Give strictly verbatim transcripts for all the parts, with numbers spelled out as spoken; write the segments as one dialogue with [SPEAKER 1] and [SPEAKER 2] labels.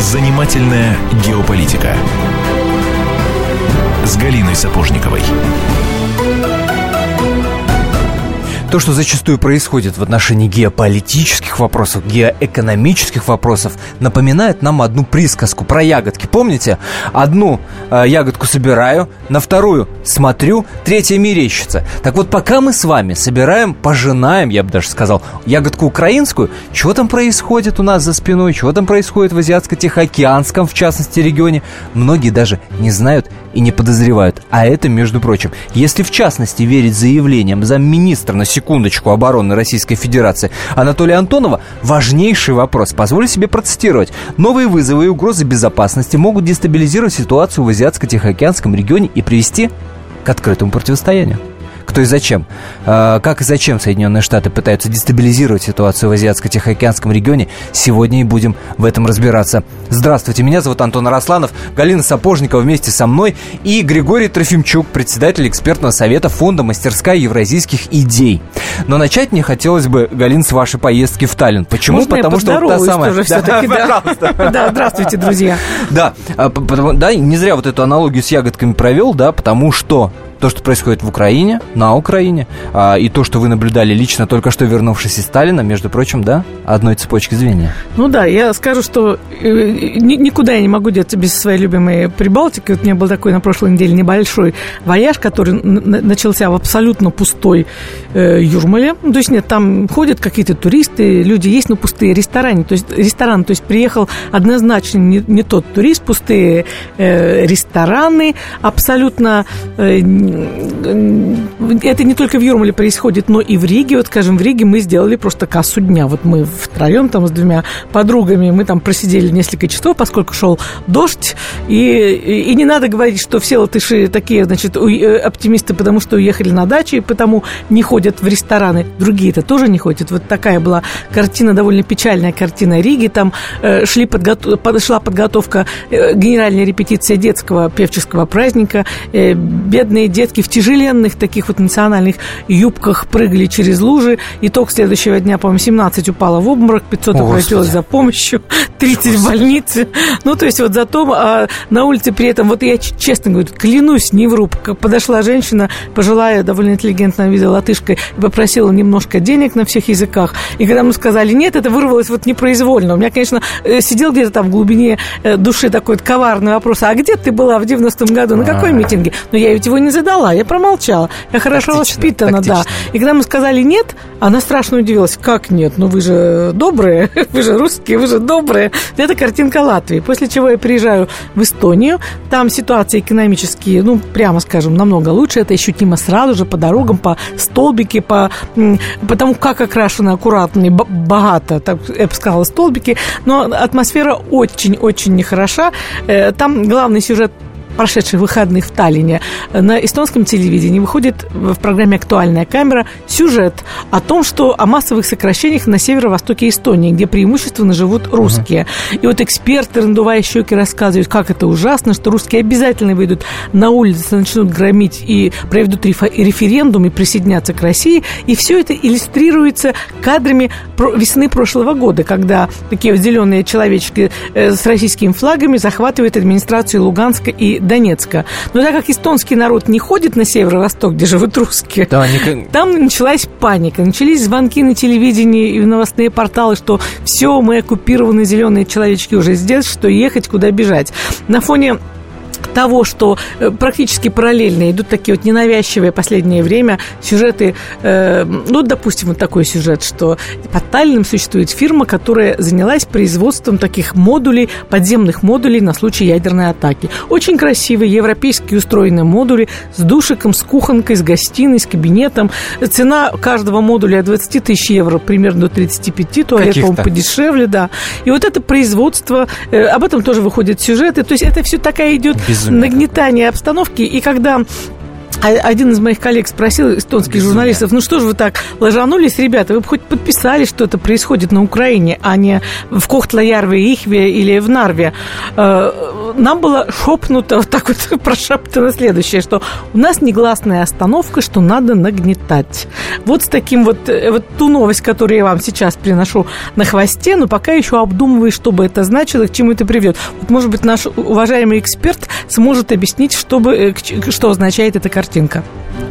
[SPEAKER 1] Занимательная геополитика с Галиной Сапожниковой.
[SPEAKER 2] То, что зачастую происходит в отношении геополитических вопросов, геоэкономических вопросов, напоминает нам одну присказку про ягодки. Помните? Одну э, ягодку собираю, на вторую смотрю, третья мерещится. Так вот, пока мы с вами собираем, пожинаем, я бы даже сказал, ягодку украинскую, что там происходит у нас за спиной, что там происходит в Азиатско-Тихоокеанском, в частности, регионе, многие даже не знают и не подозревают. А это, между прочим, если в частности верить заявлениям замминистра на секундочку обороны Российской Федерации Анатолия Антонова, важнейший вопрос. Позволю себе процитировать. Новые вызовы и угрозы безопасности могут дестабилизировать ситуацию в Азиатско-Тихоокеанском регионе и привести к открытому противостоянию. Кто и зачем? Как и зачем Соединенные Штаты пытаются дестабилизировать ситуацию в Азиатско-Тихоокеанском регионе? Сегодня и будем в этом разбираться. Здравствуйте, меня зовут Антон Арасланов, Галина Сапожникова вместе со мной и Григорий Трофимчук, председатель экспертного совета фонда «Мастерская евразийских идей». Но начать мне хотелось бы, Галин, с вашей поездки в Таллин. Почему?
[SPEAKER 3] Можно
[SPEAKER 2] потому
[SPEAKER 3] я
[SPEAKER 2] что вот та самая...
[SPEAKER 3] тоже все-таки, да, пожалуйста. Да, здравствуйте, друзья.
[SPEAKER 2] Да, да, не зря вот эту аналогию с ягодками провел, да, потому что то, что происходит в Украине, на Украине, а, и то, что вы наблюдали лично, только что вернувшись из Таллина, между прочим, да, одной цепочки звенья.
[SPEAKER 3] Ну да, я скажу, что ни, никуда я не могу деться без своей любимой Прибалтики. Вот у меня был такой на прошлой неделе небольшой вояж, который н- начался в абсолютно пустой э, Юрмале. То есть нет, там ходят какие-то туристы, люди есть, но пустые рестораны. То есть ресторан, то есть приехал однозначно не, не тот турист, пустые э, рестораны, абсолютно... Э, это не только в Юрмале происходит, но и в Риге. Вот, скажем, в Риге мы сделали просто кассу дня. Вот мы втроем там с двумя подругами, мы там просидели несколько часов, поскольку шел дождь. И, и, и не надо говорить, что все латыши такие, значит, оптимисты, потому что уехали на дачу, и потому не ходят в рестораны. Другие-то тоже не ходят. Вот такая была картина, довольно печальная картина Риги. Там э, шли подготов... шла подготовка, э, генеральная репетиция детского певческого праздника. Э, бедные дети Детки в тяжеленных таких вот национальных юбках прыгали через лужи. Итог следующего дня, по-моему, семнадцать упало в обморок, пятьсот обратилось за помощью, тридцать в больнице. Ну, то есть вот зато а на улице при этом, вот я честно говорю, клянусь, не вру, подошла женщина, пожилая, довольно интеллигентного вида латышка, и попросила немножко денег на всех языках. И когда мы сказали нет, это вырвалось вот непроизвольно. У меня, конечно, сидел где-то там в глубине души такой вот коварный вопрос: а где ты была в девяностом году, на какой митинге? Но я ведь его не задала. Я промолчала. Я хорошо тактично, воспитана, тактично. Да. И когда мы сказали нет, она страшно удивилась. Как нет? Ну вы же добрые, вы же русские, вы же добрые. Это картинка Латвии. После чего я приезжаю в Эстонию. Там ситуация экономически, ну, прямо скажем, намного лучше. Это ощутимо сразу же по дорогам, по столбике, по, по тому, как окрашено аккуратно и богато, так, я бы сказала, столбики. Но атмосфера очень-очень нехороша. Там главный сюжет прошедших выходных в Таллине на эстонском телевидении выходит в программе «Актуальная камера» сюжет о том, что о массовых сокращениях на северо-востоке Эстонии, где преимущественно живут русские. Uh-huh. И вот эксперты, надувая щеки, рассказывают, как это ужасно, что русские обязательно выйдут на улицы, начнут громить и проведут референдум и присоединятся к России. И все это иллюстрируется кадрами весны прошлого года, когда такие вот зеленые человечки с российскими флагами захватывают администрацию Луганска и Донецка. Но так как эстонский народ не ходит на северо-восток, где живут русские, да, они... там началась паника. Начались звонки на телевидении и в новостные порталы, что все, мы оккупированы, зеленые человечки уже здесь, что ехать, куда бежать. На фоне того, что практически параллельно идут такие вот ненавязчивые в последнее время сюжеты, э, ну, допустим, вот такой сюжет, что под Таллином существует фирма, которая занялась производством таких модулей, подземных модулей на случай ядерной атаки. Очень красивые, европейские устроенные модули с душиком, с кухонкой, с гостиной, с кабинетом. Цена каждого модуля от двадцать тысяч евро примерно до тридцать пять, туалет, по-моему, подешевле, да. И вот это производство, э, об этом тоже выходят сюжеты, то есть это все такая идет нагнетание обстановки, и когда один из моих коллег спросил, эстонских журналистов, ну что же вы так ложанулись, ребята, вы бы хоть подписали, что это происходит на Украине, а не в Кохтла-Ярве, Ихве или в Нарве. Нам было шепнуто, вот так вот прошептано следующее, что у нас негласная остановка, что надо нагнетать. Вот с таким вот, вот ту новость, которую я вам сейчас приношу на хвосте, но пока еще обдумываю, что бы это значило, к чему это приведет. Вот, может быть, наш уважаемый эксперт сможет объяснить, что, бы, что означает эта картинка.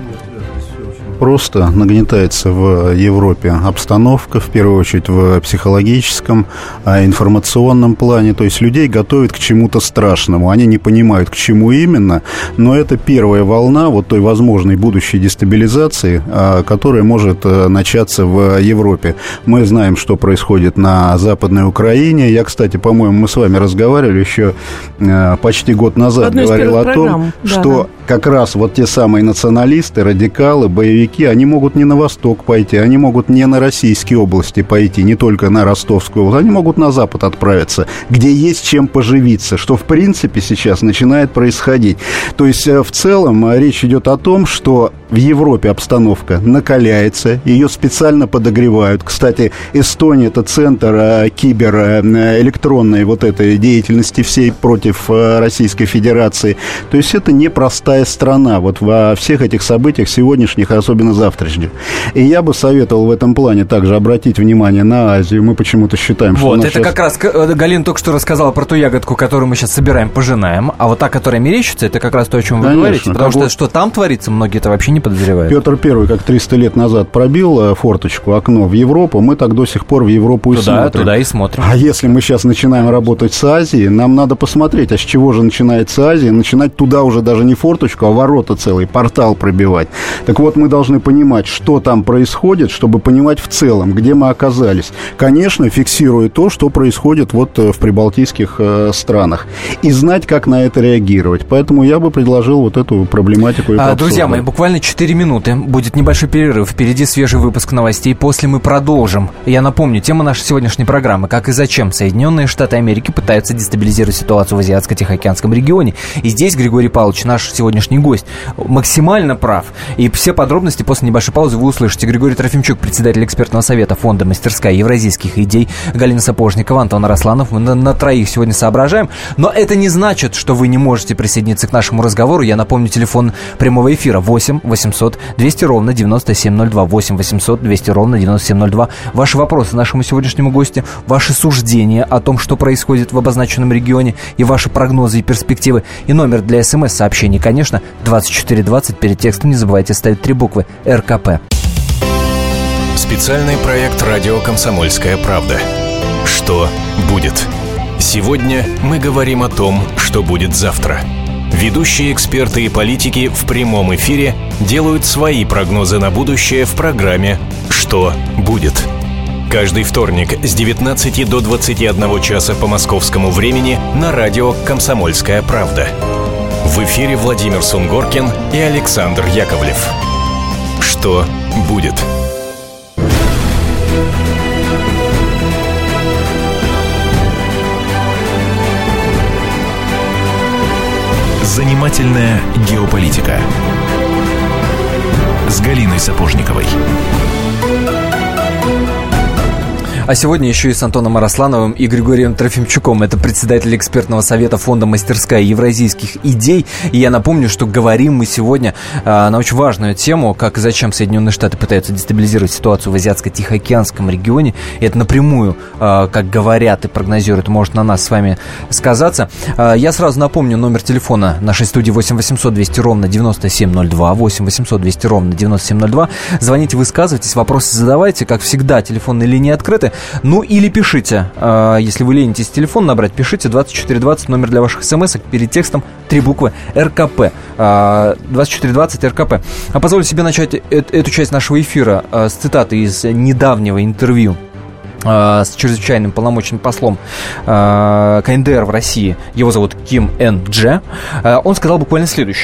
[SPEAKER 4] Просто нагнетается в Европе обстановка, в первую очередь в психологическом, информационном плане. То есть людей готовят к чему-то страшному. Они не понимают, к чему именно, но это первая волна вот той возможной будущей дестабилизации, которая может начаться в Европе. Мы знаем, что происходит на Западной Украине. Я, кстати, по-моему, мы с вами разговаривали еще почти год назад, говорил о том, программ. Что да. как раз вот те самые националисты, радикалы, боевики, они могут не на восток пойти, они могут не на российские области пойти, не только на Ростовскую область, они могут на запад отправиться, где есть чем поживиться, что в принципе сейчас начинает происходить. То есть в целом речь идет о том, что в Европе обстановка накаляется, ее специально подогревают. Кстати, Эстония — это центр киберэлектронной вот этой деятельности всей против Российской Федерации. То есть это непростая страна вот во всех этих событиях сегодняшних, особенно завтрашних. И я бы советовал в этом плане также обратить внимание на Азию. Мы почему-то считаем, что...
[SPEAKER 2] Вот, это
[SPEAKER 4] сейчас...
[SPEAKER 2] как раз Галина только что рассказала про ту ягодку, которую мы сейчас собираем, пожинаем. А вот та, которая мерещится, это как раз то, о чем вы Конечно, говорите. Потому что, вот... что там творится, многие это вообще не подозревают.
[SPEAKER 4] Петр Первый, как триста лет назад пробил форточку, окно в Европу, мы так до сих пор в Европу и
[SPEAKER 2] туда,
[SPEAKER 4] смотрим.
[SPEAKER 2] Туда и смотрим.
[SPEAKER 4] А если мы сейчас начинаем работать с Азией, нам надо посмотреть, а с чего же начинается Азия? Начинать туда уже даже не форточку, а ворота целый, портал пробивать. Так вот, мы должны понимать, что там происходит, чтобы понимать в целом, где мы оказались. Конечно, фиксируя то, что происходит вот в прибалтийских э, странах. И знать, как на это реагировать. Поэтому я бы предложил вот эту проблематику.
[SPEAKER 2] А, друзья мои, буквально четыре минуты. Будет небольшой перерыв. Впереди свежий выпуск новостей. После мы продолжим. Я напомню, тема нашей сегодняшней программы: как и зачем Соединенные Штаты Америки пытаются дестабилизировать ситуацию в Азиатско-Тихоокеанском регионе. И здесь Григорий Павлович, наш сегодняшний гость, максимально прав. И все подробности после небольшой паузы вы услышите. Григорий Трофимчук, председатель экспертного совета фонда «Мастерская евразийских идей», Галина Сапожникова, Антон Арасланов. Мы на, на троих сегодня соображаем. Но это не значит, что вы не можете присоединиться к нашему разговору. Я напомню, телефон прямого эфира восемь восемьсот двести ровно девяносто семь ноль два. восемь восемьсот двести ровно девяносто семь ноль два. Ваши вопросы нашему сегодняшнему гостю, ваши суждения о том, что происходит в обозначенном регионе, и ваши прогнозы и перспективы. И номер для смс-сообщений, конечно, двадцать четыре двадцать. Перед текстом не забывайте ставить три буквы эр ка пэ.
[SPEAKER 1] Специальный проект «Радио Комсомольская правда». Что будет? Сегодня мы говорим о том, что будет завтра. Ведущие эксперты и политики в прямом эфире делают свои прогнозы на будущее в программе «Что будет?». Каждый вторник с девятнадцати до двадцати одного часа по московскому времени на радио «Комсомольская правда». В эфире Владимир Сунгоркин и Александр Яковлев. Что будет? Занимательная геополитика с Галиной Сапожниковой.
[SPEAKER 2] А сегодня еще и с Антоном Араслановым и Григорием Трофимчуком. Это председатель экспертного совета фонда «Мастерская евразийских идей». И я напомню, что говорим мы сегодня а, на очень важную тему, как и зачем Соединенные Штаты пытаются дестабилизировать ситуацию в Азиатско-Тихоокеанском регионе. И это напрямую, а, как говорят и прогнозируют, может на нас с вами сказаться. А, я сразу напомню номер телефона нашей студии восемь восемьсот двести ровно девяносто семь ноль два. восемь восемьсот двести ровно девяносто семь ноль два. Звоните, высказывайтесь, вопросы задавайте. Как всегда, телефонные линии открыты. Ну или пишите, если вы ленитесь телефон набрать, пишите двадцать четыре двадцать, номер для ваших смс-ок, перед текстом три буквы эр ка пэ, двадцать четыре двадцать эр ка пэ. А позволю себе начать эту часть нашего эфира с цитаты из недавнего интервью с чрезвычайным полномочным послом ка эн дэ эр в России. Его зовут Ким Эн Дже. Он сказал буквально следующее.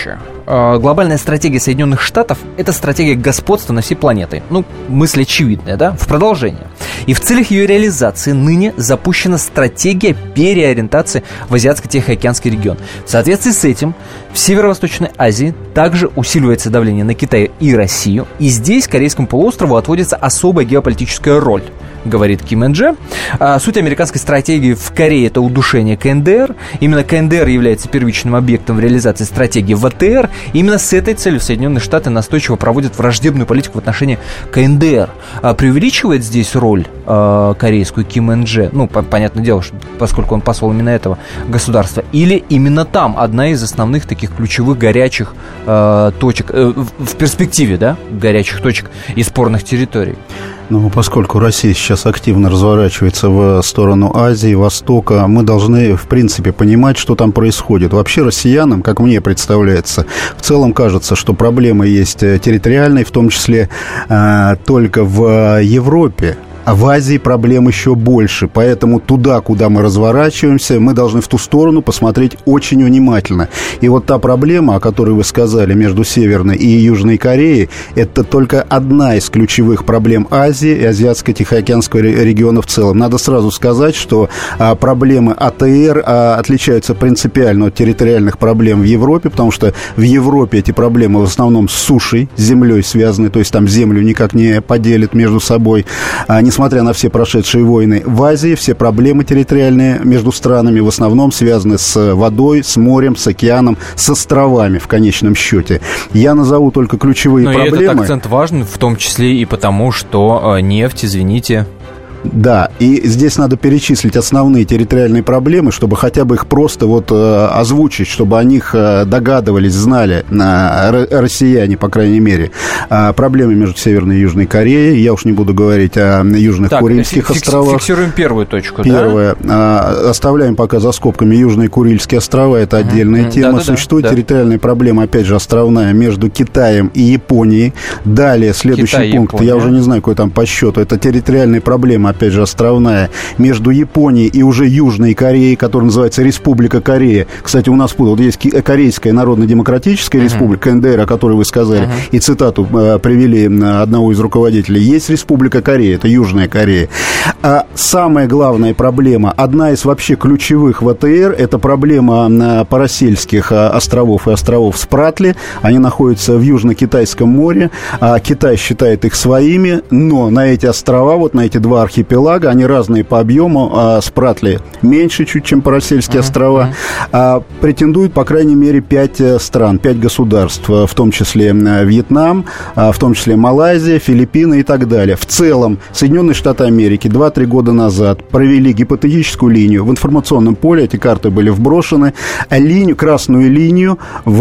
[SPEAKER 2] глобальная стратегия Соединенных Штатов – это стратегия господства над всей планетой. Ну, мысль очевидная, да? В продолжение. И в целях ее реализации ныне запущена стратегия переориентации в Азиатско-Тихоокеанский регион. В соответствии с этим в Северо-Восточной Азии также усиливается давление на Китай и Россию. И здесь Корейскому полуострову отводится особая геополитическая роль, говорит Ким Эн Дже. А суть американской стратегии в Корее – это удушение Ка Эн Дэ Эр. Именно Ка Эн Дэ Эр является первичным объектом в реализации стратегии В Тэ Эр. И именно с этой целью Соединенные Штаты настойчиво проводят враждебную политику в отношении Ка Эн Дэ Эр. А преувеличивает здесь роль э, корейскую Ким Эн Дже? Ну, по- понятное дело, что, поскольку он посол именно этого государства. Или именно там одна из основных таких ключевых горячих э, точек, э, в, в перспективе, да, горячих точек и спорных территорий?
[SPEAKER 4] Ну, поскольку Россия сейчас активно разворачивается в сторону Азии, Востока, мы должны, в принципе, понимать, что там происходит. Вообще россиянам, как мне представляется, в целом кажется, что проблемы есть территориальные, в том числе э, только в Европе. А в Азии проблем еще больше, поэтому туда, куда мы разворачиваемся, мы должны в ту сторону посмотреть очень внимательно. И вот та проблема, о которой вы сказали, между Северной и Южной Кореей, это только одна из ключевых проблем Азии и Азиатско-Тихоокеанского региона в целом. Надо сразу сказать, что а, проблемы А Тэ Эр а, отличаются принципиально от территориальных проблем в Европе, потому что в Европе эти проблемы в основном с сушей, с землей связаны, то есть там землю никак не поделят между собой, а, несмотря на все прошедшие войны. В Азии все проблемы территориальные между странами в основном связаны с водой, с морем, с океаном, с островами в конечном счете. Я назову только ключевые
[SPEAKER 2] Но
[SPEAKER 4] проблемы.
[SPEAKER 2] И этот акцент важен, в том числе и потому, что нефть, извините...
[SPEAKER 4] Да, и здесь надо перечислить основные территориальные проблемы, чтобы хотя бы их просто вот э, озвучить, чтобы о них э, догадывались, знали э, россияне, по крайней мере. Э, проблемы между Северной и Южной Кореей. Я уж не буду говорить о Южных так, Курильских фикс, островах.
[SPEAKER 2] Фиксируем первую точку,
[SPEAKER 4] Первое. Да? Э, оставляем пока за скобками Южные Курильские острова. Это uh-huh. отдельная uh-huh. тема. Да, Существует да, территориальная да. проблема, опять же, островная, между Китаем и Японией. Далее, следующий Китай, пункт. Япония. Я уже не знаю, какой там по счету. Это территориальная проблема, опять же, островная, между Японией и уже Южной Кореей, которая называется Республика Корея. Кстати, у нас вот есть Корейская Народно-Демократическая uh-huh. Республика, Ка Эн Дэ Эр, о которой вы сказали, uh-huh. и цитату э, привели одного из руководителей. Есть Республика Корея, это Южная Корея. А самая главная проблема, одна из вообще ключевых В Тэ Эр, это проблема э, Парасельских э, островов и островов Спратли. Они находятся в Южно-Китайском море. А Китай считает их своими, но на эти острова, вот на эти два архипелага, они разные по объему, а Спратли меньше чуть, чем Парасельские uh-huh. острова, а претендуют, по крайней мере, пять стран, пять государств, в том числе Вьетнам, в том числе Малайзия, Филиппины и так далее. В целом, Соединенные Штаты Америки два-три года назад провели гипотетическую линию в информационном поле, эти карты были вброшены, линию, красную линию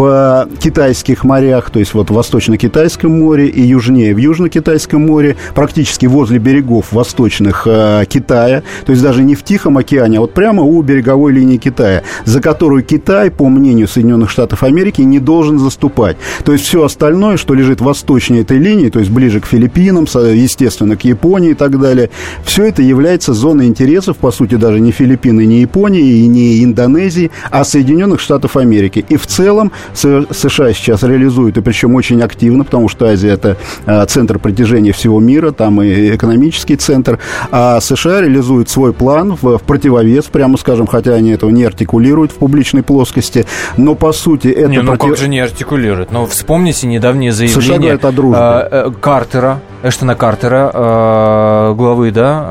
[SPEAKER 4] в китайских морях, то есть вот в Восточно-Китайском море и южнее в Южно-Китайском море, практически возле берегов восточных Китая, то есть даже не в Тихом океане, а вот прямо у береговой линии Китая, за которую Китай, по мнению Соединенных Штатов Америки, не должен заступать. То есть все остальное, что лежит восточнее этой линии, то есть ближе к Филиппинам, естественно, к Японии и так далее, все это является зоной интересов, по сути, даже не Филиппины, не Японии и не Индонезии, а Соединенных Штатов Америки. И в целом США сейчас реализуют, и причем очень активно, потому что Азия – это центр притяжения всего мира, там и экономический центр, а США реализуют свой план в, в противовес, прямо скажем, хотя они этого не артикулируют в публичной плоскости, но по сути это...
[SPEAKER 2] Не, ну
[SPEAKER 4] против...
[SPEAKER 2] как же не артикулируют? Ну, вспомните недавнее заявление
[SPEAKER 4] США говорят о дружбе.
[SPEAKER 2] Э, э, Картера, Эштона Картера, э, главы,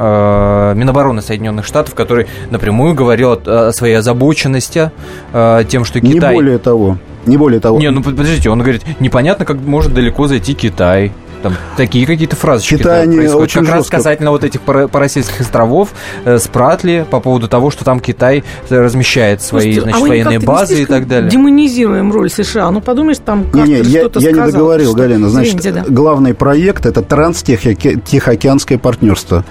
[SPEAKER 2] да, э, Минобороны Соединенных Штатов, который напрямую говорил о, о своей озабоченности э, тем, что Китай...
[SPEAKER 4] Не более того. Не более того.
[SPEAKER 2] Не, ну подождите, он говорит, непонятно, как может далеко зайти Китай. Там такие какие-то фразочки
[SPEAKER 4] Китай
[SPEAKER 2] да, происходят. Как
[SPEAKER 4] жестко.
[SPEAKER 2] раз касательно вот этих Парасельских островов, э, Спратли, по поводу того, что там Китай размещает свои, значит, а военные базы и так далее.
[SPEAKER 3] Демонизируем роль США. Ну, подумаешь, там
[SPEAKER 4] не, не, я,
[SPEAKER 3] что-то
[SPEAKER 4] я
[SPEAKER 3] сказал.
[SPEAKER 4] не договорил,
[SPEAKER 3] что...
[SPEAKER 4] Галина. Значит,
[SPEAKER 3] Извините, да.
[SPEAKER 4] главный проект – это Транстихоокеанское партнерство.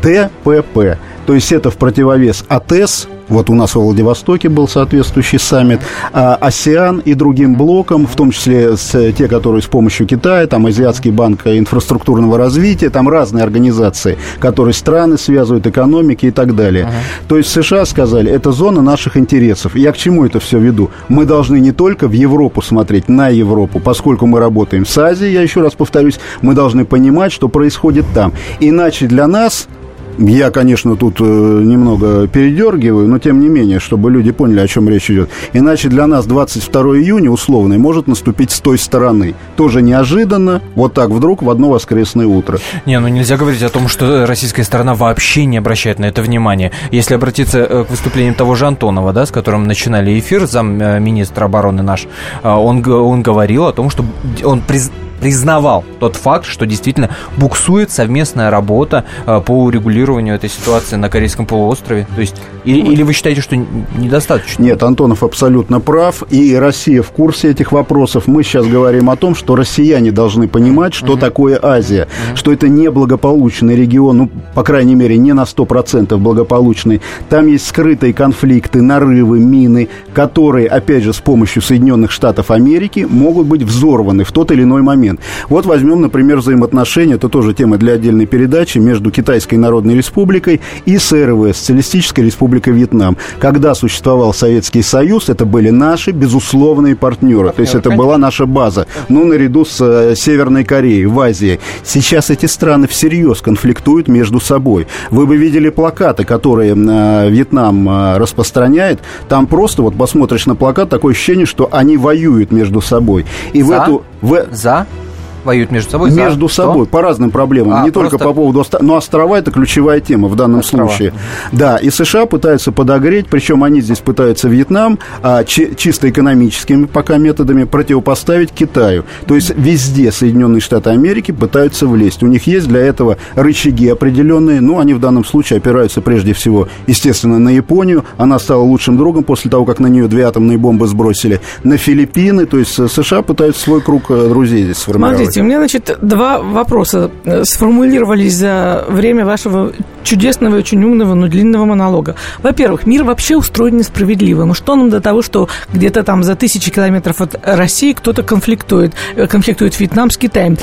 [SPEAKER 4] Т П П. То есть это в противовес А Т Э С, вот у нас во Владивостоке был соответствующий саммит, а АСЕАН и другим блокам, в том числе с, те, которые с помощью Китая, там Азиатский банк инфраструктурного развития, там разные организации, которые страны связывают, экономики и так далее. Uh-huh. То есть США сказали, это зона наших интересов. Я к чему это все веду? Мы должны не только в Европу смотреть, на Европу, поскольку мы работаем с Азией, я еще раз повторюсь, мы должны понимать, что происходит там. Иначе для нас... Я, конечно, тут э, немного передергиваю, но тем не менее, чтобы люди поняли, о чем речь идет. Иначе для нас двадцать второго июня, условный, может наступить с той стороны. Тоже неожиданно, вот так вдруг в одно воскресное утро.
[SPEAKER 2] Не, ну нельзя говорить о том, что российская сторона вообще не обращает на это внимания. Если обратиться к выступлениям того же Антонова, да, с которым начинали эфир, замминистра обороны наш, он, он говорил о том, что он приз... признавал тот факт, что действительно буксует совместная работа э, по урегулированию этой ситуации на Корейском полуострове. То есть, или, или вы считаете, что недостаточно?
[SPEAKER 4] Нет, Антонов абсолютно прав, и Россия в курсе этих вопросов. Мы сейчас говорим о том, что россияне должны понимать, что uh-huh. такое Азия, uh-huh. что это неблагополучный регион, ну, по крайней мере, не на сто процентов благополучный. Там есть скрытые конфликты, нарывы, мины, которые, опять же, с помощью Соединенных Штатов Америки могут быть взорваны в тот или иной момент. Вот возьмем, например, взаимоотношения, это тоже тема для отдельной передачи, между Китайской Народной Республикой и СРВ, Социалистической Республикой Вьетнам. Когда существовал Советский Союз, это были наши безусловные партнеры, то есть это была наша база, ну, наряду с э, Северной Кореей в Азии. Сейчас эти страны всерьез конфликтуют между собой. Вы бы видели плакаты, которые э, Вьетнам э, распространяет, там просто, вот посмотришь на плакат, такое ощущение, что они воюют между собой. И
[SPEAKER 2] За?
[SPEAKER 4] в эту... В...
[SPEAKER 2] За? Воюют между собой?
[SPEAKER 4] Между
[SPEAKER 2] за
[SPEAKER 4] собой,
[SPEAKER 2] что?
[SPEAKER 4] по разным проблемам.
[SPEAKER 2] А,
[SPEAKER 4] не
[SPEAKER 2] просто...
[SPEAKER 4] только по поводу острова. Но острова – это ключевая тема в данном острова. случае. Да, и США пытаются подогреть, причем они здесь пытаются Вьетнам а, чи- чисто экономическими пока методами противопоставить Китаю. То есть везде Соединенные Штаты Америки пытаются влезть. У них есть для этого рычаги определенные, но они в данном случае опираются прежде всего, естественно, на Японию. Она стала лучшим другом после того, как на нее две атомные бомбы сбросили. На Филиппины. То есть США пытаются свой круг друзей здесь сформировать.
[SPEAKER 3] Смотрите, у меня, значит, два вопроса сформулировались за время вашего чудесного и очень умного, но длинного монолога. Во-первых, мир вообще устроен несправедливо. Ну что нам до того, что где-то там за тысячи километров от России кто-то конфликтует, конфликтует Вьетнам с Китаем?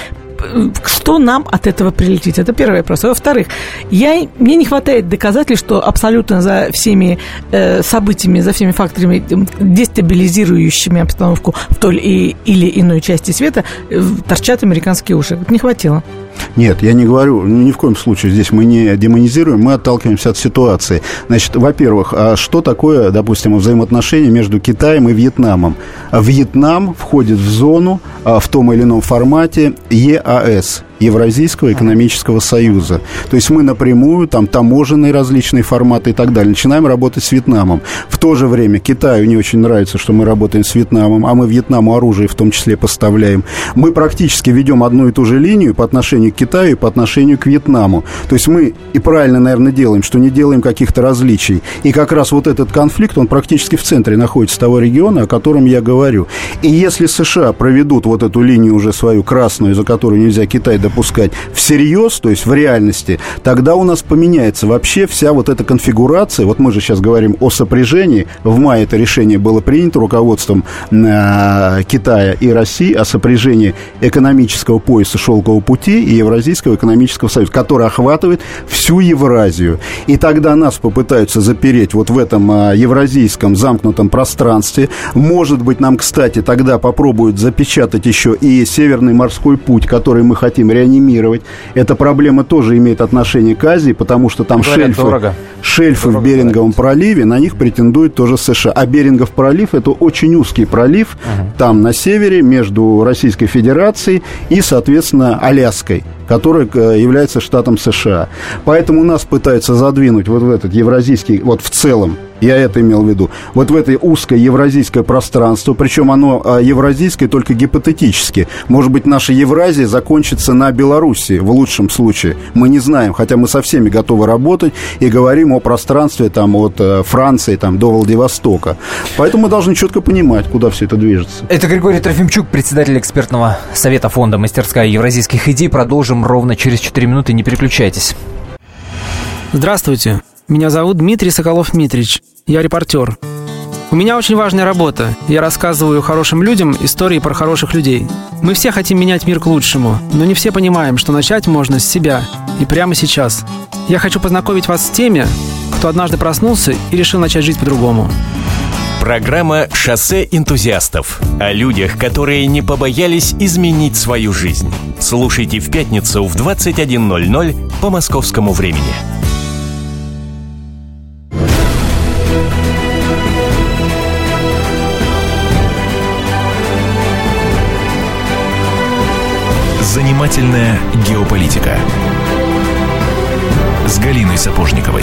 [SPEAKER 3] Что нам от этого прилетит? Это первый вопрос. А во-вторых, я, мне не хватает доказательств, что абсолютно за всеми э, событиями, за всеми факторами, дестабилизирующими обстановку в той или, или иной части света, э, торчат американские уши. Не хватило.
[SPEAKER 4] Нет, я не говорю, ни в коем случае здесь мы не демонизируем, мы отталкиваемся от ситуации. Значит, во-первых, что такое, допустим, взаимоотношения между Китаем и Вьетнамом? Вьетнам входит в зону в том или ином формате Е А Эс, Евразийского экономического союза. То есть мы напрямую, там таможенные различные форматы и так далее, начинаем работать с Вьетнамом. В то же время Китаю не очень нравится, что мы работаем с Вьетнамом, а мы Вьетнаму оружие в том числе поставляем. Мы практически ведем одну и ту же линию по отношению к Китаю и по отношению к Вьетнаму. То есть мы и правильно, наверное, делаем, что не делаем каких-то различий. И как раз вот этот конфликт, он практически в центре находится того региона, о котором я говорю. И если США проведут вот эту линию уже свою красную, за которую нельзя Китай допускать, всерьез, то есть в реальности, тогда у нас поменяется вообще вся вот эта конфигурация. Вот мы же сейчас говорим о сопряжении. В мае это решение было принято руководством э, Китая и России о сопряжении экономического пояса Шелкового пути и Евразийского экономического союза, который охватывает всю Евразию. И тогда нас попытаются запереть вот в этом э, евразийском замкнутом пространстве. Может быть, нам, кстати, тогда попробуют запечатать еще и Северный морской путь, который мы хотим реанимировать. Эта проблема тоже имеет отношение к Азии, потому что там Говорят, шельфы, дорого. шельфы дорого в Беринговом проливе, на них претендует тоже США. А Берингов пролив – это очень узкий пролив, uh-huh. там на севере, между Российской Федерацией и, соответственно, Аляской, который является штатом США. Поэтому нас пытаются задвинуть вот в этот евразийский, вот в целом, я это имел в виду, вот в это узкое евразийское пространство, причем оно евразийское только гипотетически. Может быть, наша Евразия закончится на Белоруссии, в лучшем случае. Мы не знаем, хотя мы со всеми готовы работать и говорим о пространстве там, от Франции там, до Владивостока. Поэтому мы должны четко понимать, куда все это движется.
[SPEAKER 2] Это Григорий Трофимчук, председатель экспертного совета фонда «Мастерская евразийских идей». Продолжим ровно через четыре минуты. Не переключайтесь.
[SPEAKER 5] Здравствуйте, меня зовут Дмитрий Соколов-Митрич, я репортер. У меня очень важная работа. Я рассказываю хорошим людям истории про хороших людей. Мы все хотим менять мир к лучшему, но не все понимаем, что начать можно с себя и прямо сейчас. Я хочу познакомить вас с теми, кто однажды проснулся и решил начать жить по-другому.
[SPEAKER 1] Программа «Шоссе энтузиастов» о людях, которые не побоялись изменить свою жизнь. Слушайте в пятницу в двадцать один ноль ноль по московскому времени. Занимательная геополитика с Галиной Сапожниковой.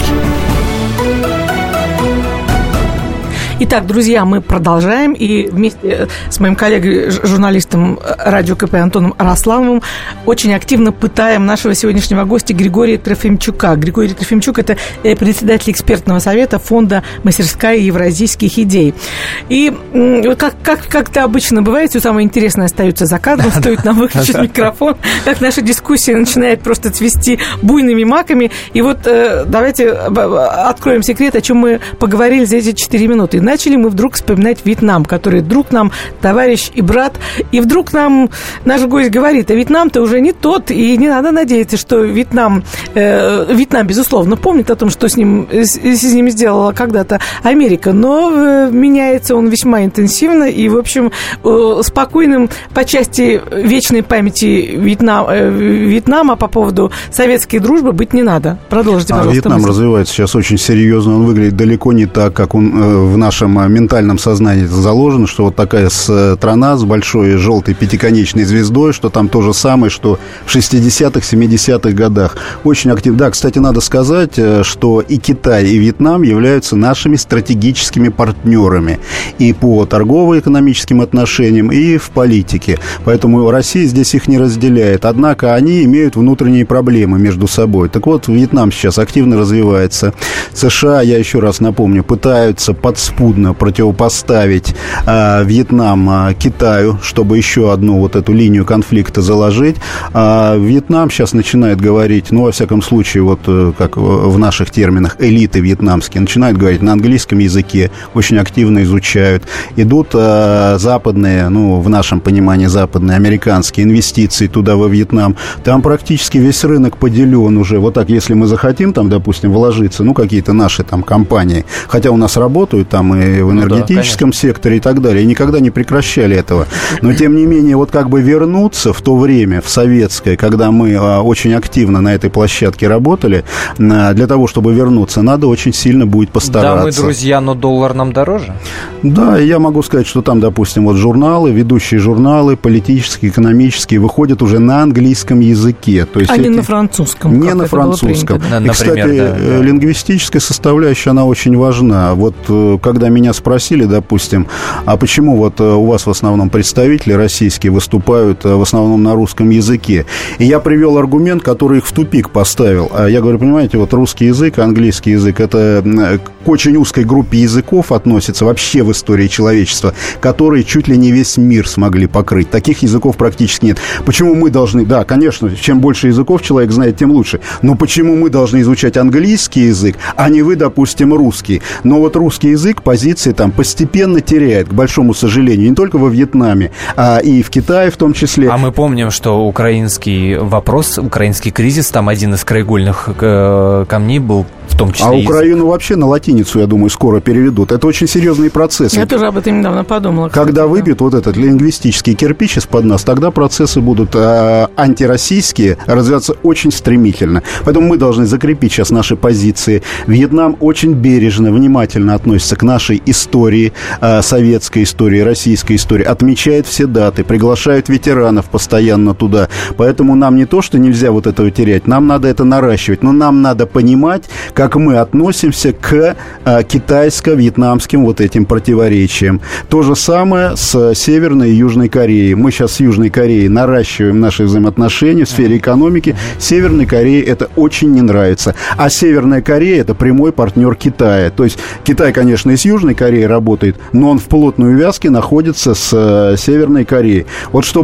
[SPEAKER 3] Итак, друзья, мы продолжаем, и вместе с моим коллегой, журналистом радио КП Антоном Араслановым очень активно пытаем нашего сегодняшнего гостя Григория Трофимчука. Григорий Трофимчук – это председатель экспертного совета фонда «Мастерская евразийских идей». И как, как, как это обычно бывает, все самое интересное остается за кадром, стоит нам выключить микрофон, как наша дискуссия начинает просто цвести буйными маками. И вот давайте откроем секрет, о чем мы поговорили за эти четыре минуты. Начали мы вдруг вспоминать Вьетнам, который друг нам, товарищ и брат. И вдруг нам наш гость говорит, а Вьетнам-то уже не тот, и не надо надеяться, что Вьетнам, э, Вьетнам, безусловно, помнит о том, что с ним, с, с ним сделала когда-то Америка, но э, меняется он весьма интенсивно, и, в общем, э, спокойным по части вечной памяти Вьетнам, э, Вьетнама по поводу советской дружбы быть не надо. Продолжите, пожалуйста.
[SPEAKER 4] А Вьетнам мысль. развивается сейчас очень серьезно, он выглядит далеко не так, как он э, в нашем ментальном сознании заложено, что вот такая страна с большой желтой пятиконечной звездой, что там то же самое, что в шестидесятых, семидесятых годах. Очень активно. Да, кстати, надо сказать, что и Китай, и Вьетнам являются нашими стратегическими партнерами и по торгово-экономическим отношениям, и в политике. Поэтому Россия здесь их не разделяет. Однако они имеют внутренние проблемы между собой. Так вот, Вьетнам сейчас активно развивается. США, я еще раз напомню, пытаются подспудно противопоставить э, Вьетнам э, Китаю, чтобы еще одну вот эту линию конфликта заложить. А Вьетнам сейчас начинает говорить, ну, во всяком случае, вот э, как в наших терминах, элиты вьетнамские, начинают говорить на английском языке, очень активно изучают. Идут э, западные, ну, в нашем понимании западные, американские инвестиции туда, во Вьетнам. Там практически весь рынок поделен уже. Вот так, если мы захотим там, допустим, вложиться, ну, какие-то наши там компании, хотя у нас работают там и в энергетическом ну, да, секторе и так далее, и никогда не прекращали этого. Но, тем не менее, вот как бы вернуться в то время, в советское, когда мы а, очень активно на этой площадке работали, а, для того, чтобы вернуться, надо очень сильно будет постараться.
[SPEAKER 2] Да, мы друзья, но доллар нам дороже.
[SPEAKER 4] Да, я могу сказать, что там, допустим, вот журналы, ведущие журналы, политические, экономические, выходят уже на английском языке. То есть
[SPEAKER 3] а
[SPEAKER 4] эти...
[SPEAKER 3] не на французском.
[SPEAKER 4] Не на французском.
[SPEAKER 2] Да,
[SPEAKER 4] и,
[SPEAKER 2] например,
[SPEAKER 4] кстати,
[SPEAKER 2] да, да.
[SPEAKER 4] лингвистическая составляющая, она очень важна. Вот когда меня спросили, допустим, а почему вот у вас в основном представители российские выступают в основном на русском языке? И я привел аргумент, который их в тупик поставил. Я говорю, понимаете, вот русский язык, английский язык, это к очень узкой группе языков относится вообще в истории человечества, которые чуть ли не весь мир смогли покрыть. Таких языков практически нет. Почему мы должны... Да, конечно, чем больше языков человек знает, тем лучше. Но почему мы должны изучать английский язык, а не вы, допустим, русский? Но вот русский язык, позиции там постепенно теряет, к большому сожалению, не только во Вьетнаме, а и в Китае в том числе.
[SPEAKER 2] А мы помним, что украинский вопрос, украинский кризис, там один из краеугольных э, камней был в том числе.
[SPEAKER 4] А Украину язык. Вообще на латиницу, я думаю, скоро переведут. Это очень серьезные процессы.
[SPEAKER 3] Я тоже об этом недавно подумала. Кстати,
[SPEAKER 4] Когда
[SPEAKER 3] да.
[SPEAKER 4] выбьют вот этот лингвистический кирпич из-под нас, тогда процессы будут э, антироссийские развиваться очень стремительно. Поэтому мы должны закрепить сейчас наши позиции. Вьетнам очень бережно, внимательно относится к нашей истории, э, советской истории, российской истории, отмечает все даты, приглашает ветеранов постоянно туда. Поэтому нам не то, что нельзя вот этого терять, нам надо это наращивать, но нам надо понимать, как мы относимся к э, китайско-вьетнамским вот этим противоречиям. То же самое с Северной и Южной Кореей. Мы сейчас с Южной Кореей наращиваем наши взаимоотношения в сфере экономики. Северной Корее это очень не нравится. А Северная Корея это прямой партнер Китая. То есть Китай, конечно, и с Южной Кореей работает, но он в плотной увязке находится с э, Северной Кореей. Вот чтобы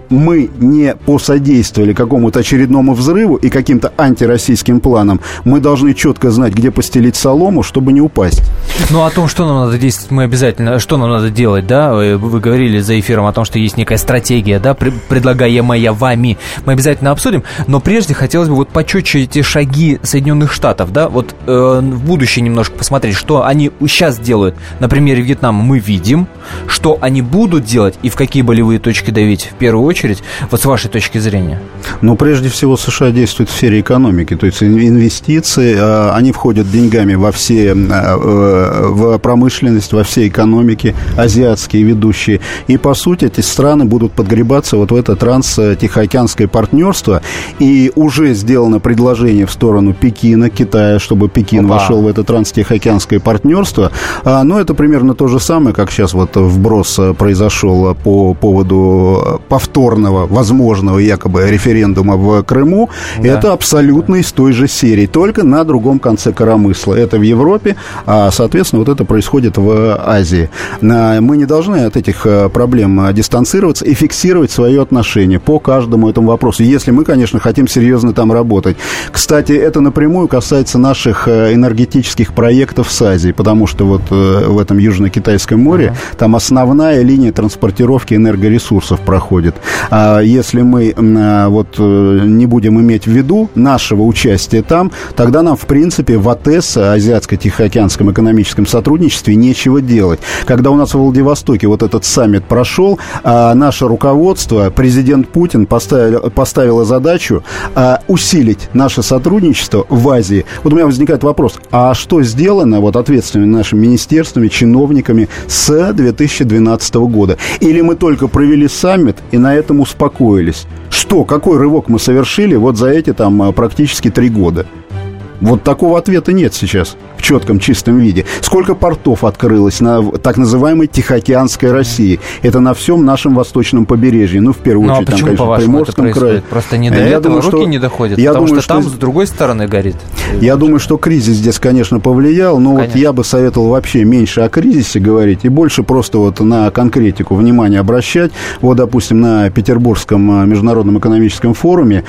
[SPEAKER 4] мы не посодействовали какому-то очередному взрыву и каким-то антироссийским планам, мы должны четко знать, где постелить солому, чтобы не упасть.
[SPEAKER 2] Ну, о том, что нам надо действовать, мы обязательно, что нам надо делать, да, вы говорили за эфиром о том, что есть некая стратегия, да, предлагаемая вами, мы обязательно обсудим, но прежде хотелось бы вот почетче эти шаги Соединенных Штатов, да, вот э, в будущее немножко посмотреть, что они сейчас делают. На примере Вьетнама мы видим, что они будут делать и в какие болевые точки давить в первую очередь, вот с вашей точки зрения.
[SPEAKER 4] Ну, прежде всего, США действуют в сфере экономики, то есть инвестиции, они входят деньгами во все, в промышленность, во все экономики, азиатские ведущие, и, по сути, эти страны будут подгребаться вот в это транс-тихоокеанское партнерство, и уже сделано предложение в сторону Пекина, Китая, чтобы Пекин Опа. вошел в это транс-тихоокеанское партнерство, но это примерно то же самое, как сейчас вот вброс произошел по поводу повторного, возможного якобы референдума в Крыму. Да. Это абсолютно из той же серии, только на другом конце коромысла. Это в Европе, а, соответственно, вот это происходит в Азии. Мы не должны от этих проблем дистанцироваться и фиксировать свое отношение по каждому этому вопросу, если мы, конечно, хотим серьезно там работать. Кстати, это напрямую касается наших энергетических проектов с Азией, потому что вот в этом Южно-Китайском море uh-huh. там основная линия транспортировки энергоресурсов проходит. А если мы вот не будем иметь в виду нашего участия там, тогда нам, в принципе, в АТЭС, Азиатско-Тихоокеанском экономическом сотрудничестве, нечего делать. Когда у нас в Владивостоке вот этот саммит прошел, наше руководство, президент Путин поставил, поставила задачу усилить наше сотрудничество в Азии. Вот у меня возникает вопрос, а что сделано вот ответственными нашими министерствами, чиновниками с две тысячи двенадцатого года? Или мы только провели саммит и на этом успокоились? Что, какой рывок мы совершили вот за эти там практически три года? Вот такого ответа нет сейчас в четком, чистом виде. Сколько портов открылось на так называемой Тихоокеанской России? Это на всем нашем восточном побережье. Ну, в первую
[SPEAKER 2] ну,
[SPEAKER 4] очередь,
[SPEAKER 2] а почему,
[SPEAKER 4] там, конечно, в Приморском крае.
[SPEAKER 2] Просто не до я этого думаю, руки что, не доходят, я потому думаю, что там что, с другой стороны горит.
[SPEAKER 4] Я думаю, что кризис здесь, конечно, повлиял, но конечно. вот я бы советовал вообще меньше о кризисе говорить и больше просто вот на конкретику внимание обращать. Вот, допустим, на Петербургском международном экономическом форуме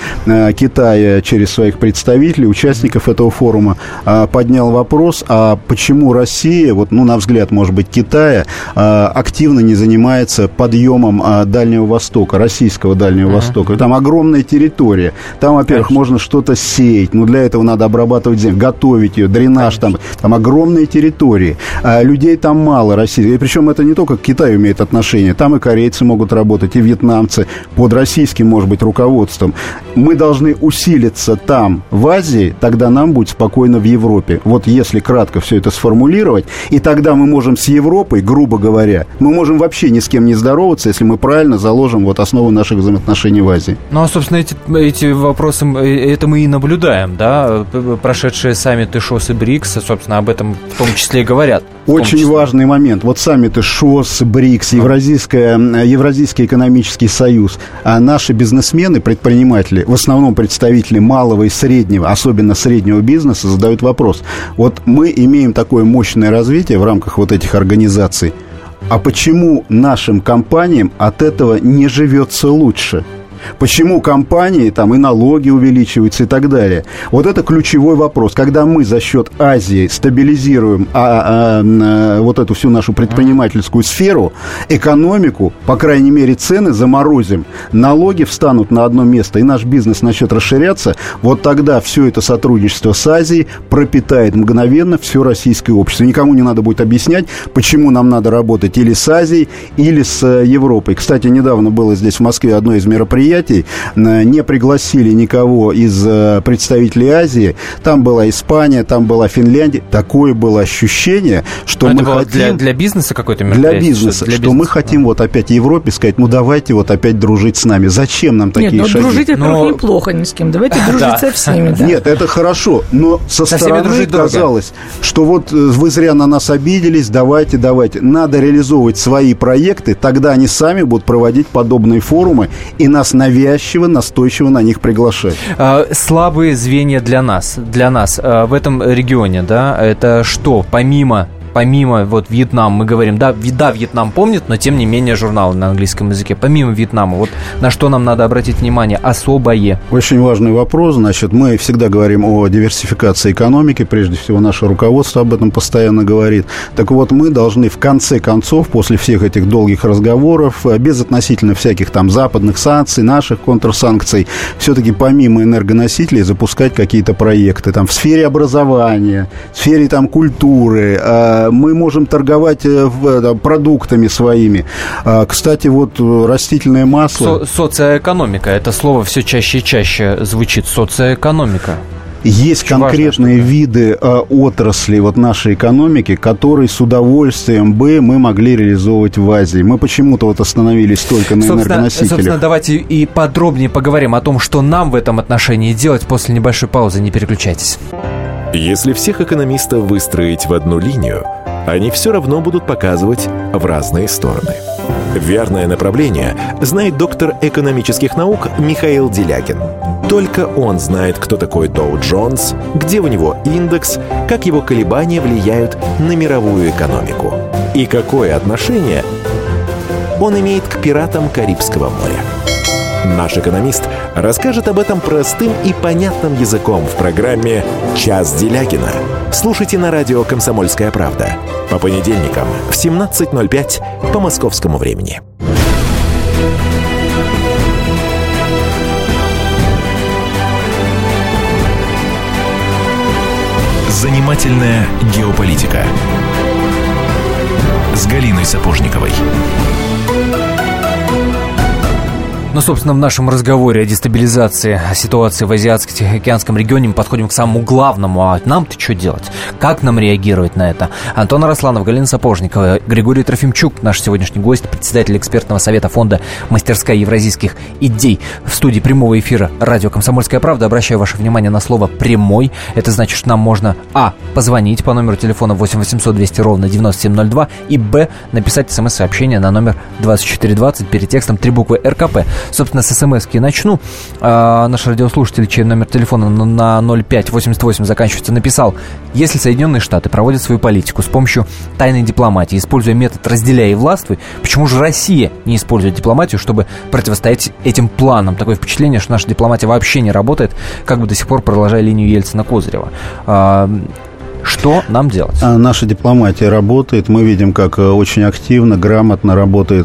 [SPEAKER 4] Китай через своих представителей, участников этого форума, поднял вопрос, а почему Россия, вот, ну, на взгляд, может быть, Китая, активно не занимается подъемом Дальнего Востока, российского Дальнего uh-huh. Востока. Там огромная территория. Там, во-первых, Конечно. можно что-то сеять, но для этого надо обрабатывать землю, готовить ее, дренаж, там, там огромные территории. А людей там мало, России. И причем это не только к Китаю имеет отношение. Там и корейцы могут работать, и вьетнамцы под российским, может быть, руководством. Мы должны усилиться там, в Азии, тогда нам будет спокойно в Европе. Вот если Если кратко все это сформулировать, и тогда мы можем с Европой, грубо говоря, мы можем вообще ни с кем не здороваться, если мы правильно заложим вот основу наших взаимоотношений в Азии.
[SPEAKER 2] Ну, а, собственно, эти, эти вопросы, это мы и наблюдаем, да, прошедшие саммиты ШОС и БРИКС, собственно, об этом в том числе и говорят.
[SPEAKER 4] Очень важный момент. Вот саммиты ШОС, БРИКС, Евразийская, Евразийский экономический союз, а наши бизнесмены, предприниматели, в основном представители малого и среднего, особенно среднего бизнеса, задают вопрос. Вот мы имеем такое мощное развитие в рамках вот этих организаций. А почему нашим компаниям от этого не живется лучше? Почему компании, там и налоги увеличиваются и так далее? Вот это ключевой вопрос. Когда мы за счет Азии стабилизируем а, а, а, вот эту всю нашу предпринимательскую сферу, экономику, по крайней мере, цены заморозим, налоги встанут на одно место, и наш бизнес начнет расширяться, вот тогда все это сотрудничество с Азией пропитает мгновенно все российское общество. Никому не надо будет объяснять, почему нам надо работать или с Азией, или с Европой. Кстати, недавно было здесь в Москве одно из мероприятий, не пригласили никого из представителей Азии. Там была Испания, там была Финляндия. Такое было ощущение, что
[SPEAKER 2] Но
[SPEAKER 4] мы хотим...
[SPEAKER 2] Для, для бизнеса какой-то мероприятие?
[SPEAKER 4] Для бизнеса.
[SPEAKER 2] Для
[SPEAKER 4] что
[SPEAKER 2] бизнеса,
[SPEAKER 4] мы хотим
[SPEAKER 2] да.
[SPEAKER 4] вот опять Европе сказать, ну давайте вот опять дружить с нами. Зачем нам такие
[SPEAKER 3] Нет, ну,
[SPEAKER 4] шаги?
[SPEAKER 3] дружить, во-первых,
[SPEAKER 4] но...
[SPEAKER 3] неплохо ни с кем. Давайте дружить со всеми. Да.
[SPEAKER 4] Нет, это хорошо. Но со, со стороны казалось, что вот вы зря на нас обиделись, давайте, давайте. Надо реализовывать свои проекты, тогда они сами будут проводить подобные форумы и нас навязчиво, настойчиво на них приглашать.
[SPEAKER 2] Слабые звенья для нас, для нас в этом регионе, да, это что, помимо помимо вот Вьетнам, мы говорим, да, да, Вьетнам помнит, но тем не менее журналы на английском языке. Помимо Вьетнама, вот на что нам надо обратить внимание особое?
[SPEAKER 4] Очень важный вопрос. Значит, мы всегда говорим о диверсификации экономики, прежде всего наше руководство об этом постоянно говорит. Так вот, мы должны в конце концов, после всех этих долгих разговоров, без относительно всяких там западных санкций, наших контрсанкций, все-таки помимо энергоносителей запускать какие-то проекты там в сфере образования, в сфере там культуры. Мы можем торговать продуктами своими. Кстати, вот растительное масло...
[SPEAKER 2] Со- социоэкономика. Это слово все чаще и чаще звучит. Социоэкономика.
[SPEAKER 4] Есть очень конкретные виды э, отраслей вот нашей экономики, которые с удовольствием бы мы могли реализовывать в Азии. Мы почему-то вот остановились только на
[SPEAKER 2] собственно,
[SPEAKER 4] энергоносителях.
[SPEAKER 2] Собственно, давайте и подробнее поговорим о том, что нам в этом отношении делать после небольшой паузы. Не переключайтесь.
[SPEAKER 1] Если всех экономистов выстроить в одну линию, они все равно будут показывать в разные стороны. Верное направление знает доктор экономических наук Михаил Делякин. Только он знает, кто такой Доу Джонс, где у него индекс, как его колебания влияют на мировую экономику и какое отношение он имеет к пиратам Карибского моря. Наш экономист расскажет об этом простым и понятным языком в программе «Час Делякина». Слушайте на радио «Комсомольская правда» по понедельникам в семнадцать ноль пять по московскому времени. Занимательная геополитика с Галиной Сапожниковой.
[SPEAKER 2] Ну, собственно, в нашем разговоре о дестабилизации ситуации в Азиатско-Тихоокеанском регионе мы подходим к самому главному. А нам-то что делать? Как нам реагировать на это? Антон Арасланов, Галина Сапожникова, Григорий Трофимчук, наш сегодняшний гость, председатель экспертного совета фонда «Мастерская евразийских идей». В студии прямого эфира радио «Комсомольская правда». Обращаю ваше внимание на слово «прямой». Это значит, что нам можно а. позвонить по номеру телефона восемь восемьсот двести ровно девяносто семь ноль два и б. написать смс-сообщение на номер двадцать четыре двадцать перед текстом три буквы эр ка пэ. Собственно, с смс-ки начну. А, наш радиослушатель, чей номер телефона на ноль пять восемьдесят восемь заканчивается, написал: если Соединенные Штаты проводят свою политику с помощью тайной дипломатии, используя метод «разделяй и властвуй», почему же Россия не использует дипломатию, чтобы противостоять этим планам? Такое впечатление, что наша дипломатия вообще не работает, как бы до сих пор продолжая линию Ельцина-Козырева. А, Что нам делать?
[SPEAKER 4] Наша дипломатия работает. Мы видим, как очень активно, грамотно работает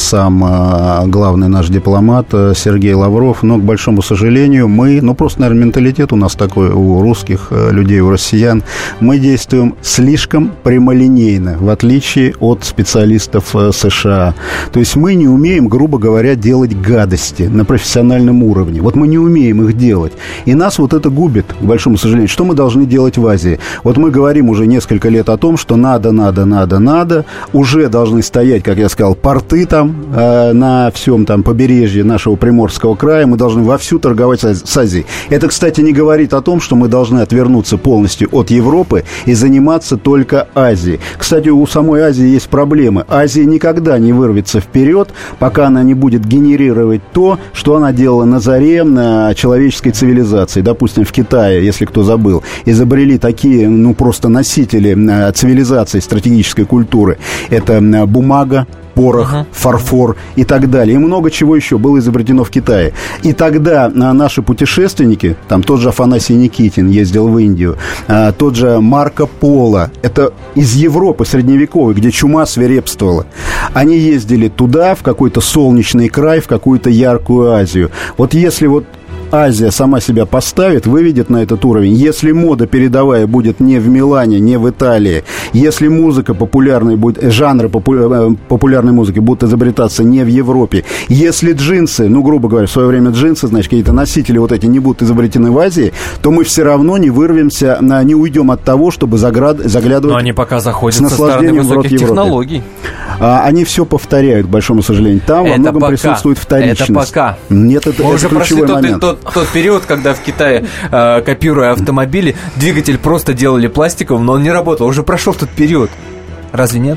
[SPEAKER 4] сам главный наш дипломат Сергей Лавров. Но, к большому сожалению, мы, ну, просто, наверное, менталитет у нас такой, у русских людей, у россиян, мы действуем слишком прямолинейно, в отличие от специалистов США. То есть мы не умеем, грубо говоря, делать гадости на профессиональном уровне. Вот мы не умеем их делать. И нас вот это губит, к большому сожалению. Что мы должны делать в Азии? Вот мы говорим уже несколько лет о том, что надо, надо, надо, надо. Уже должны стоять, как я сказал, порты там э, на всем там побережье нашего Приморского края. Мы должны вовсю торговать с Азией. Это, кстати, не говорит о том, что мы должны отвернуться полностью от Европы и заниматься только Азией. Кстати, у самой Азии есть проблемы. Азия никогда не вырвется вперед, пока она не будет генерировать то, что она делала на заре на человеческой цивилизации. Допустим, в Китае, если кто забыл, изобрели такие, ну, просто носители цивилизации, стратегической культуры. Это бумага, порох, uh-huh. фарфор и так далее. И много чего еще было изобретено в Китае. И тогда наши путешественники, там тот же Афанасий Никитин ездил в Индию, тот же Марко Поло, это из Европы средневековой, где чума свирепствовала. Они ездили туда, в какой-то солнечный край, в какую-то яркую Азию. Вот если вот Азия сама себя поставит, выведет на этот уровень. Если мода передовая будет не в Милане, не в Италии, если музыка популярная будет, жанры попу, популярной музыки будут изобретаться не в Европе, если джинсы, ну, грубо говоря, в свое время джинсы, значит, какие-то носители вот эти не будут изобретены в Азии, то мы все равно не вырвемся, не уйдем от того, чтобы заград, заглядывать.
[SPEAKER 2] Но они пока заходят
[SPEAKER 4] с наслаждением
[SPEAKER 2] со стороны высоких технологий.
[SPEAKER 4] А, они все повторяют, к большому сожалению. Там это во многом пока. Присутствует вторичность.
[SPEAKER 2] Это пока.
[SPEAKER 4] Нет, это,
[SPEAKER 2] Мы
[SPEAKER 4] это
[SPEAKER 2] уже
[SPEAKER 4] ключевой
[SPEAKER 2] прошли
[SPEAKER 4] момент.
[SPEAKER 2] Тот, тот, тот период, когда в Китае, э, копируя автомобили, двигатель просто делали пластиковым, но он не работал. Уже прошел тот период. Разве нет?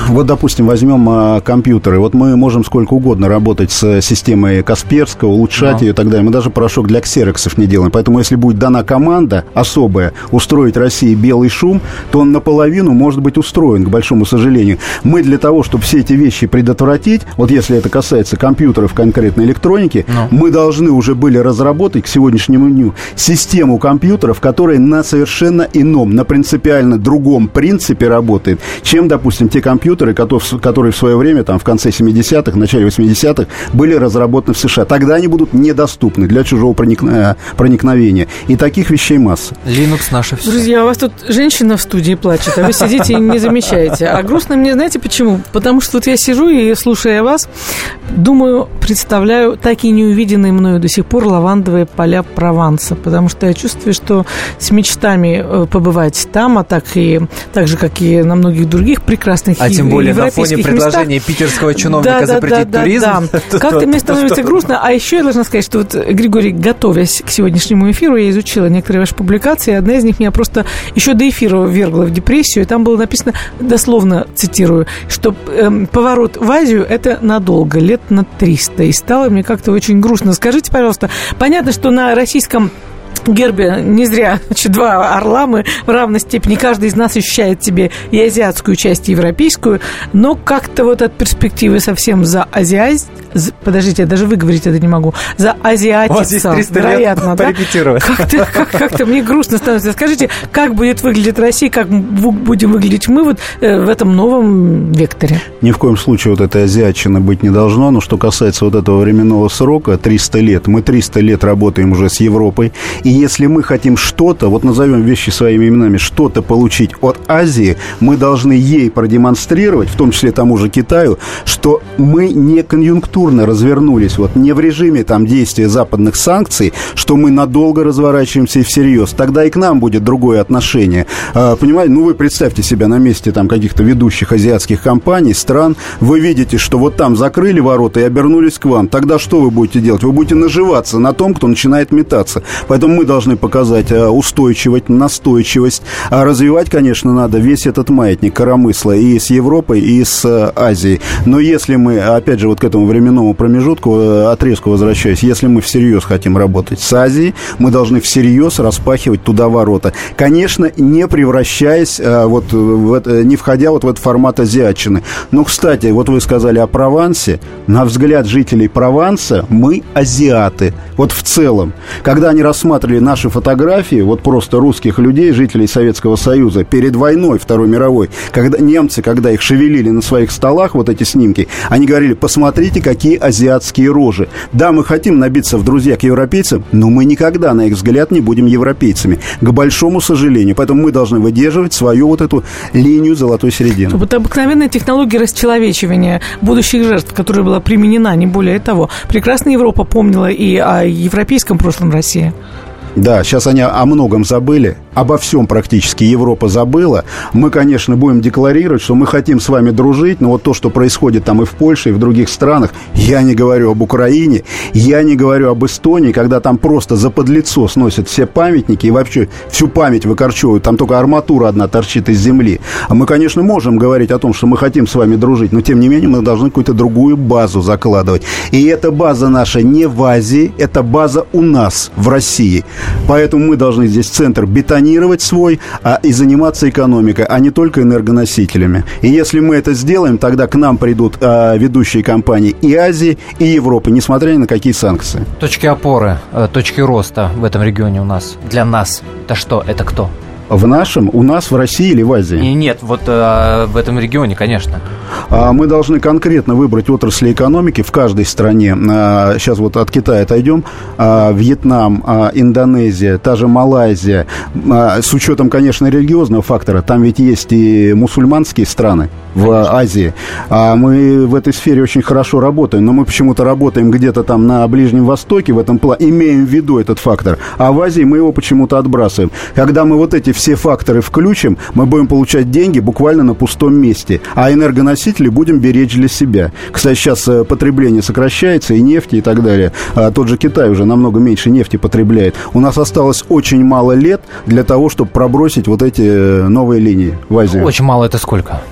[SPEAKER 4] Вот, допустим, возьмем а, компьютеры. Вот мы можем сколько угодно работать с системой Касперского, улучшать Но. ее и так далее. Мы даже порошок для ксероксов не делаем. Поэтому, если будет дана команда особая устроить России белый шум, то он наполовину может быть устроен, к большому сожалению. Мы для того, чтобы все эти вещи предотвратить, вот если это касается компьютеров, конкретной электроники, Но. мы должны уже были разработать к сегодняшнему дню систему компьютеров, которая на совершенно ином, на принципиально другом принципе работает, чем, допустим, те компьютеры, которые в свое время, там, в конце семидесятых, в начале восьмидесятых, были разработаны в США. Тогда они будут недоступны для чужого проникновения. проникновения. И таких вещей масса.
[SPEAKER 2] Linux наше все.
[SPEAKER 3] Друзья, у вас тут женщина в студии плачет, а вы сидите и не замечаете. А грустно мне, знаете почему? Потому что вот я сижу и, слушая вас, думаю, представляю так и не увиденные мною до сих пор лавандовые поля Прованса. Потому что я чувствую, что с мечтами побывать там, а так, и, так же, как и на многих других прекрасных
[SPEAKER 2] а
[SPEAKER 3] и
[SPEAKER 2] тем более на фоне предложения
[SPEAKER 3] местах.
[SPEAKER 2] питерского чиновника да, запретить да, да, туризм. Да, да.
[SPEAKER 3] Как-то мне становится грустно. А еще я должна сказать, что вот, Григорий, готовясь к сегодняшнему эфиру, я изучила некоторые ваши публикации. Одна из них меня просто еще до эфира ввергла в депрессию. И там было написано, дословно цитирую, что э, поворот в Азию – это надолго, лет на триста. И стало мне как-то очень грустно. Скажите, пожалуйста, понятно, что на российском гербе не зря, значит, два орла, мы в равной степени, каждый из нас ощущает себе и азиатскую часть, и европейскую, но как-то вот от перспективы совсем за азиаз... Подождите, я даже выговорить это не могу. За азиатица, вероятно, да? Как-то, как, как-то мне грустно становится. Скажите, как будет выглядеть Россия, как будем выглядеть мы вот в этом новом векторе?
[SPEAKER 4] Ни в коем случае вот этой азиатчины быть не должно, но что касается вот этого временного срока, триста лет, мы триста лет работаем уже с Европой, и если мы хотим что-то, вот назовем вещи своими именами, что-то получить от Азии, мы должны ей продемонстрировать, в том числе тому же Китаю, что мы не конъюнктурно развернулись, вот не в режиме там действия западных санкций, что мы надолго разворачиваемся и всерьез. Тогда и к нам будет другое отношение. А, понимаете, ну вы представьте себя на месте там каких-то ведущих азиатских компаний, стран, вы видите, что вот там закрыли ворота и обернулись к вам. Тогда что вы будете делать? Вы будете наживаться на том, кто начинает метаться. Поэтому мы должны показать устойчивость, настойчивость. А развивать, конечно, надо весь этот маятник коромысла и с Европой, и с Азией. Но если мы, опять же, вот к этому временному промежутку, отрезку возвращаясь, если мы всерьез хотим работать с Азией, мы должны всерьез распахивать туда ворота. Конечно, не превращаясь, вот, в это, не входя вот в этот формат азиатчины. Но, кстати, вот вы сказали о Провансе. На взгляд жителей Прованса мы азиаты. Вот в целом. Когда они рассматривали наши фотографии, вот просто русских людей, жителей Советского Союза, перед войной Второй мировой, когда немцы, когда их шевелили на своих столах, вот эти снимки, они говорили, посмотрите, какие азиатские рожи. Да, мы хотим набиться в друзья к европейцам, но мы никогда, на их взгляд, не будем европейцами. К большому сожалению. Поэтому мы должны выдерживать свою вот эту линию золотой середины.
[SPEAKER 3] Вот обыкновенная технология расчеловечивания будущих жертв, которая была применена, не более того. Прекрасно Европа помнила и о европейском прошлом России.
[SPEAKER 4] Да, сейчас они о многом забыли, обо всем практически Европа забыла. Мы, конечно, будем декларировать, что мы хотим с вами дружить, но вот то, что происходит там и в Польше, и в других странах, я не говорю об Украине, я не говорю об Эстонии, когда там просто заподлицо сносят все памятники и вообще всю память выкорчевывают, там только арматура одна торчит из земли. А мы, конечно, можем говорить о том, что мы хотим с вами дружить, но, тем не менее, мы должны какую-то другую базу закладывать. И эта база наша не в Азии, это база у нас, в России. Поэтому мы должны здесь центр бетонировать свой а, и заниматься экономикой, а не только энергоносителями. И если мы это сделаем, тогда к нам придут а, ведущие компании и Азии, и Европы, несмотря ни на какие санкции.
[SPEAKER 2] Точки опоры, точки роста в этом регионе у нас, для нас, это что, это кто?
[SPEAKER 4] В нашем, у нас, в России или в Азии?
[SPEAKER 2] И нет, вот э, в этом регионе, конечно.
[SPEAKER 4] А, мы должны конкретно выбрать отрасли экономики в каждой стране. А, сейчас вот от Китая отойдем. А, Вьетнам, а, Индонезия, та же Малайзия. А, с учетом, конечно, религиозного фактора. Там ведь есть и мусульманские страны в конечно. Азии. А мы в этой сфере очень хорошо работаем. Но мы почему-то работаем где-то там на Ближнем Востоке в этом плане, имеем в виду этот фактор. А в Азии мы его почему-то отбрасываем. Когда мы вот эти все факторы включим, мы будем получать деньги буквально на пустом месте. А энергоносители будем беречь для себя. Кстати, сейчас потребление сокращается, и нефти, и так далее. А тот же Китай уже намного меньше нефти потребляет. У нас осталось очень мало лет для того, чтобы пробросить вот эти новые линии в Азию.
[SPEAKER 2] Очень мало — это сколько?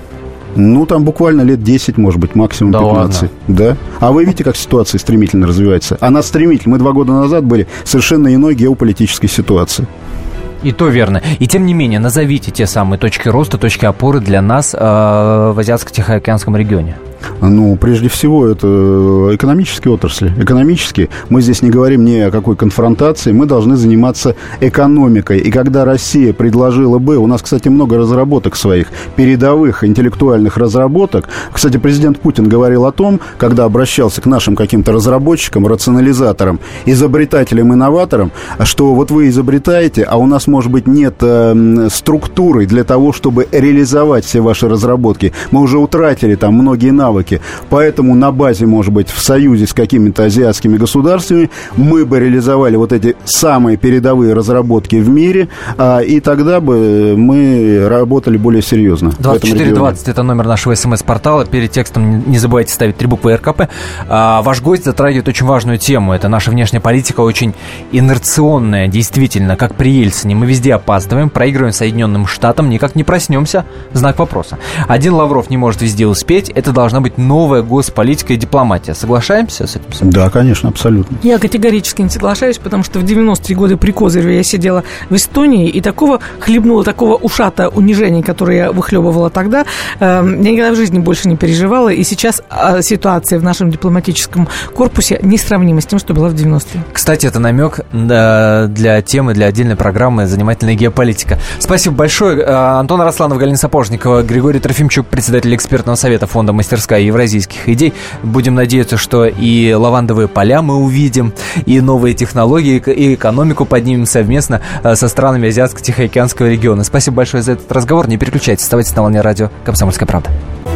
[SPEAKER 4] Ну, там буквально лет десять, может быть, максимум
[SPEAKER 2] да
[SPEAKER 4] пятнадцать.
[SPEAKER 2] Ладно.
[SPEAKER 4] Да. А вы видите, как ситуация стремительно развивается? Она стремительно. Мы два года назад были в совершенно иной геополитической ситуации.
[SPEAKER 2] И то верно. И тем не менее, назовите те самые точки роста, точки опоры для нас э, в Азиатско-Тихоокеанском регионе.
[SPEAKER 4] Ну, прежде всего, это экономические отрасли. Экономические. Мы здесь не говорим ни о какой конфронтации. Мы должны заниматься экономикой. И когда Россия предложила бы... У нас, кстати, много разработок своих, передовых интеллектуальных разработок. Кстати, президент Путин говорил о том, когда обращался к нашим каким-то разработчикам, рационализаторам, изобретателям, инноваторам, что вот вы изобретаете, а у нас, может быть, нет э, структуры для того, чтобы реализовать все ваши разработки. Мы уже утратили там многие навыки. Поэтому на базе, может быть, в союзе с какими-то азиатскими государствами мы бы реализовали вот эти самые передовые разработки в мире, а, и тогда бы мы работали более серьезно.
[SPEAKER 2] двадцать четыре двадцать это номер нашего СМС-портала. Перед текстом не забывайте ставить три буквы эр ка пэ. А, ваш гость затрагивает очень важную тему. Это наша внешняя политика, очень инерционная, действительно, как при Ельцине. Мы везде опаздываем, проигрываем Соединенным Штатам, никак не проснемся. Знак вопроса. Один Лавров не может везде успеть. Это должна быть новая госполитика и дипломатия. Соглашаемся с этим?
[SPEAKER 4] Да, конечно, абсолютно.
[SPEAKER 3] Я категорически не соглашаюсь, потому что в девяностые годы при Козыреве я сидела в Эстонии и такого хлебнула, такого ушата унижения, которое я выхлебывала тогда, я никогда в жизни больше не переживала. И сейчас ситуация в нашем дипломатическом корпусе несравнима с тем, что была в девяностые.
[SPEAKER 2] Кстати, это намек для темы, для отдельной программы «Занимательная геополитика». Спасибо большое. Антон Арасланов, Галина Сапожникова, Григорий Трофимчук, председатель экспертного совета фонда «Мастерская евразийских идей». Будем надеяться, что и лавандовые поля мы увидим, и новые технологии, и экономику поднимем совместно со странами Азиатско-Тихоокеанского региона. Спасибо большое за этот разговор. Не переключайтесь, оставайтесь на волне радио «Комсомольская правда».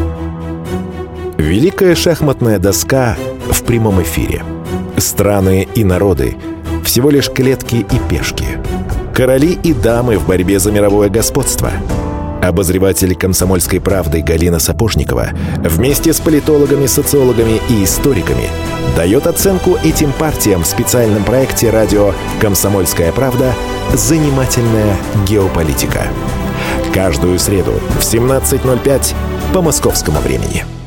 [SPEAKER 1] Великая шахматная доска в прямом эфире. Страны и народы – всего лишь клетки и пешки. Короли и дамы в борьбе за мировое господство. Обозреватель «Комсомольской правды» Галина Сапожникова вместе с политологами, социологами и историками дает оценку этим партиям в специальном проекте радио «Комсомольская правда. Занимательная геополитика». Каждую среду в семнадцать ноль пять по московскому времени.